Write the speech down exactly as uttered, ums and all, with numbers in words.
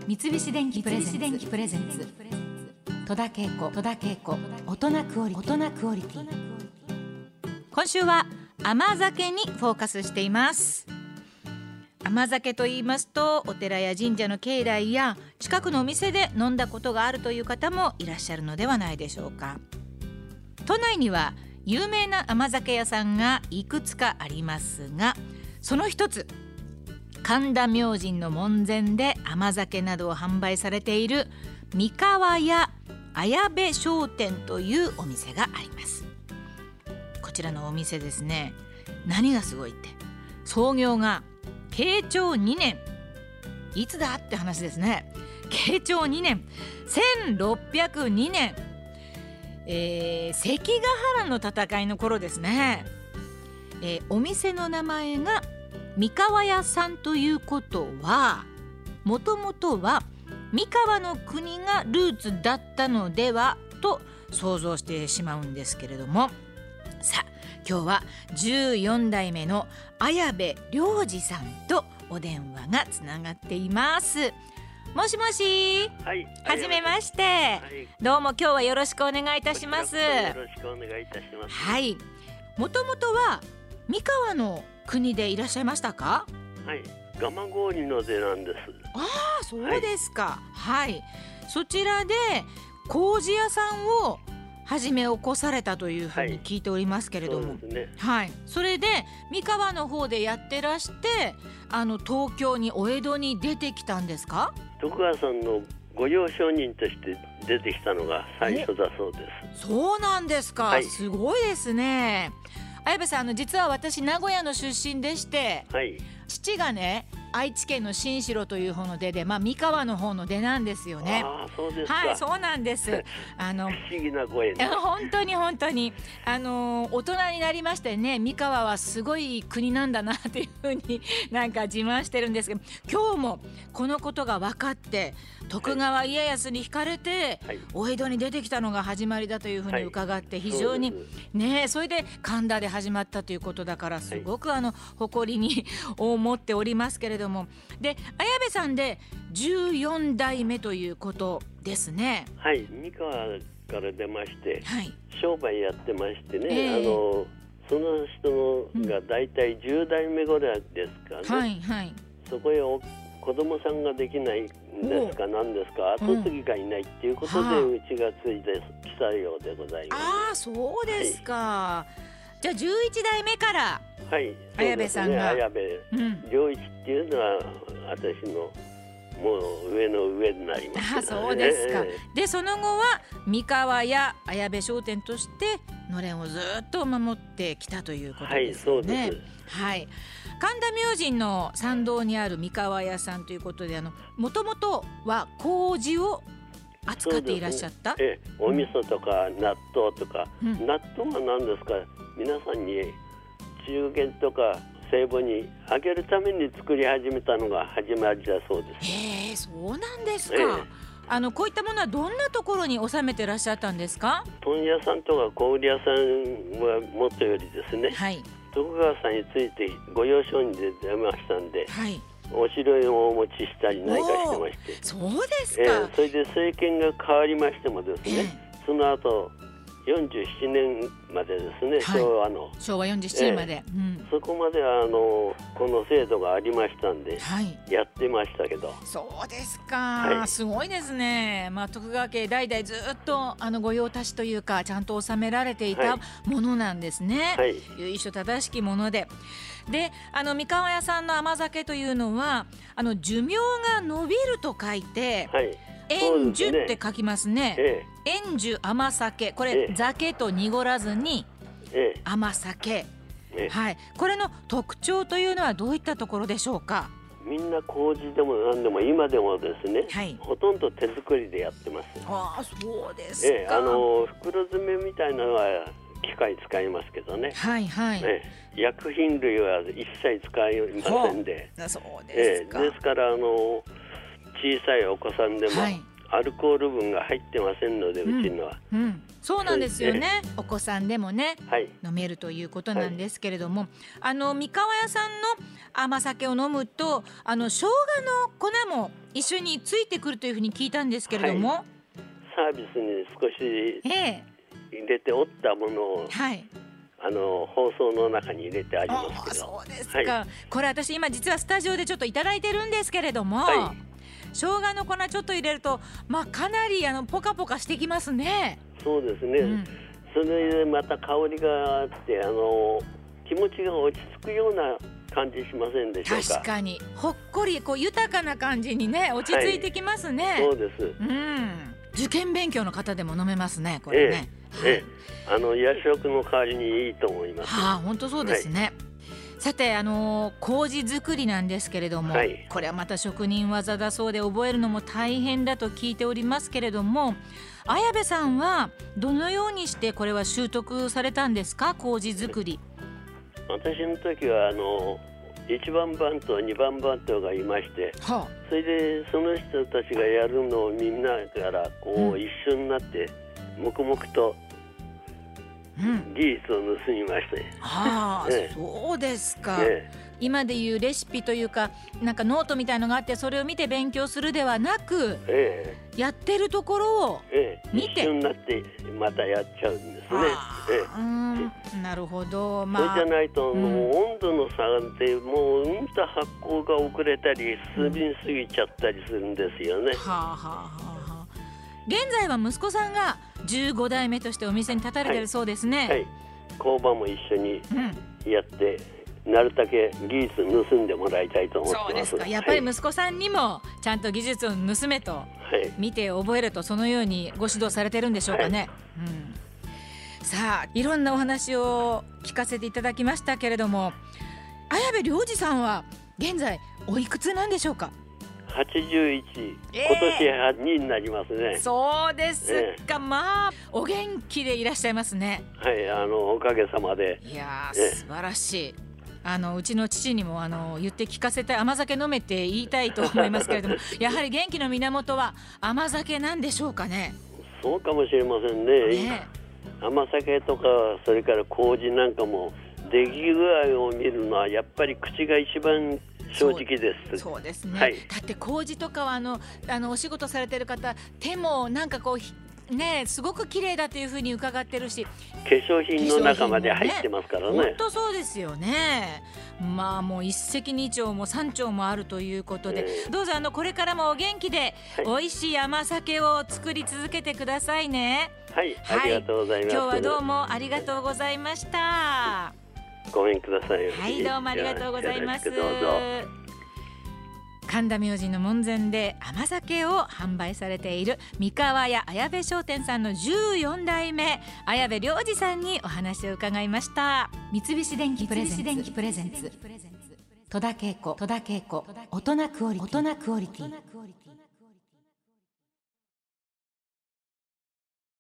三菱電機プレゼンツ戸田恵子大人クオリティ。今週は甘酒にフォーカスしています。甘酒と言いますと、お寺や神社の境内や近くのお店で飲んだことがあるという方もいらっしゃるのではないでしょうか。都内には有名な甘酒屋さんがいくつかありますが、その一つ、神田明神の門前で甘酒などを販売されている三河屋綾部商店というお店があります。こちらのお店ですね、何がすごいって、創業が慶長にねん、いつだって話ですね。慶長にねん、せんろっぴゃくにねん、えー、関ヶ原の戦いの頃ですね。えー、お店の名前が三河屋さんということは、もともとは三河の国がルーツだったのではと想像してしまうんですけれども、さあ今日はじゅうよんだいめの綾部良二さんとお電話がつながっています。もしもし、 はい、 はじめまして、 はい、 どうも今日はよろしくお願いいたします。 よろしくお願いいたします。 はい、もともとは三河の国でいらっしゃいましたか？ はい、蒲郡の出なんです。 ああ、そうですか。はい、はい、そちらで麹屋さんを始め起こされたというふうに聞いておりますけれども、はい、そうですね。はい、それで三河の方でやってらして、あの東京にお江戸に出てきたんですか？ 徳川さんの御用商人として出てきたのが最初だそうです。 そうなんですか、はい、すごいですね。綾部さん、あの実は私名古屋の出身でして、はい、父がね愛知県の新城という方の出で、まあ、三河の方の出なんですよね。 あ、そうですか。 はい、そうなんですあの不思議なご縁です。 本当に本当にあの大人になりましてね、三河はすごい国なんだなっていうふうになんか自慢してるんですけど、今日もこのことが分かって徳川家康に惹かれて、はい、お江戸に出てきたのが始まりだというふうに伺って、非常に、はい、ね、それで神田で始まったということだから、すごくあの誇りに思っておりますけれども、で綾部さんでじゅうよんだいめということですね。 はい、三河から出まして、はい、商売やってましてね、 えー、 あのその人のがだいたいじゅうだいめぐらいですかね、 はいはい、 そこへお子供さんができないんですか、なんですか、後継ぎがいないっていうことで、うちがついてきたようでございます。 ああ、そうですか。はい、じゃあじゅういちだいめから、 はい、 綾部さんが、 綾部良一っていうのは私のもう上の上になりますけどね。あ、そうですか。でその後は三河や綾部商店としてのれんをずっと守ってきたということですよね。はい、そうです。はい、神田明神の参道にある三河屋さんということで、もともとは麹を扱っていらっしゃった、ね、ええ、お味噌とか納豆とか、うん、納豆は何ですか、皆さんに中元とか聖母にあげるために作り始めたのが始まりだそうです。 へえ、そうなんですか。ええ、あのこういったものはどんなところに収めてらっしゃったんですか？ 問屋さんとか小売屋さんはもとよりですね、はい、徳川さんについて御用商人で出ましたんで、はい、お城をお持ちしたり何かしてまして。 そうですか。 ええ、それで政権が変わりましてもですね、ええ、その後よんじゅうななねんまでですね、はい、昭和の昭和よんじゅうななねんまで、ええ、うん、 そこまではあのこの制度がありましたんで、はい、やってましたけど。 そうですか、はい、すごいですね。まあ、徳川家代々ずっとあの御用達というかちゃんと収められていたものなんですね、はい、由緒正しきもので。であの三河屋さんの甘酒というのはあの寿命が延びると書いて、はい、円寿って書きますね。ええ、円寿甘酒、これ、ええ、酒と濁らずに、ええ、甘酒、ええ、はい、これの特徴というのはどういったところでしょうか？ みんな麹でも何でも今でもですね、はい、ほとんど手作りでやってます。 ああ、そうですか。 ええ、あの袋詰めみたいなのは機械使いますけどね、はいはい、ええ、薬品類は一切使いませんで、 そうですか。 ええ、ですからあの小さいお子さんでもアルコール分が入ってませんので、うちのは、 うんうん、そうなんですよね。お子さんでもね、 はい、 飲めるということなんですけれども、はい、あの三河屋さんの甘酒を飲むとあの生姜の粉も一緒についてくるというふうに聞いたんですけれども、はい、 サービスに少し入れておったものを、はい、あの包装の中に入れてありますけど。 そうですか、はい、これ私今実はスタジオでちょっといただいてるんですけれども、はい、生姜の粉ちょっと入れると、まあ、かなりあのポカポカしてきますね。 そうですね、うん、それでまた香りがあってあの気持ちが落ち着くような感じしませんでしょうか。 確かにほっこりこう豊かな感じにね落ち着いてきますね、はい、 そうです、 うん、受験勉強の方でも飲めますねこれね、 ええええ、あの夜食の代わりにいいと思います。 はあ、本当そうですね、はい。さてあのー、麹作りなんですけれども、はい、これはまた職人技だそうで覚えるのも大変だと聞いておりますけれども、綾部さんはどのようにしてこれは習得されたんですか、麹作り。 私の時はあのいちばん番頭にばん番頭がいまして、はあ、それでその人たちがやるのをみんなからこう、うん、一緒になって黙々と技術を盗みましたね。 はあ、ね、そうですか、ね、今でいうレシピというかなんかノートみたいのがあってそれを見て勉強するではなく、ええ、やってるところを見て、 ええ、一緒になってまたやっちゃうんですね。ええ、うん、 なるほど、まあ、 それじゃないと、うん、もう温度の差でもううんと発酵が遅れたり進みすぎちゃったりするんですよね、うん、はあはあはあ。 現在は息子さんがじゅうご代目としてお店に立たれてるそうですね。はい、はい、 工場も一緒にやって、うん、なるだけ技術盗んでもらいたいと思ってます。 そうですか。やっぱり息子さんにもちゃんと技術を盗めと、はい、見て覚えるとそのようにご指導されてるんでしょうかね、はい、うん、さあいろんなお話を聞かせていただきましたけれども、綾部良二さんは現在おいくつなんでしょうか。 はちじゅういち、えー、今年はちにになりますね。 そうですか、えー、まあお元気でいらっしゃいますね。 はい、あのおかげさまで。 いやー、えー、素晴らしい。あのうちの父にもあの言って聞かせたい、甘酒飲めって言いたいと思いますけれどもやはり元気の源は甘酒なんでしょうかね。 そうかもしれませんね。ね、甘酒とかそれから麹なんかも出来具合を見るのはやっぱり口が一番正直です。 そうですね、はい、だって麹とかはあのあのお仕事されてる方手もなんかこうねすごく綺麗だというふうに伺ってるし、 化粧品の中まで入ってますからね。 本当そうですよね。まあもう一石二鳥も三鳥もあるということで、えー、どうぞあのこれからもお元気で、はい、美味しい甘酒を作り続けてくださいね。 はい、はい、ありがとうございます。 今日はどうもありがとうございました。 ごめんください。 はい、どうもありがとうございます。 どうぞ。 神田明神の門前で甘酒を販売されている三河屋綾部商店さんのじゅうよん代目綾部良二さんにお話を伺いました。三菱電機プレゼンツ戸田恵子大人クオリティ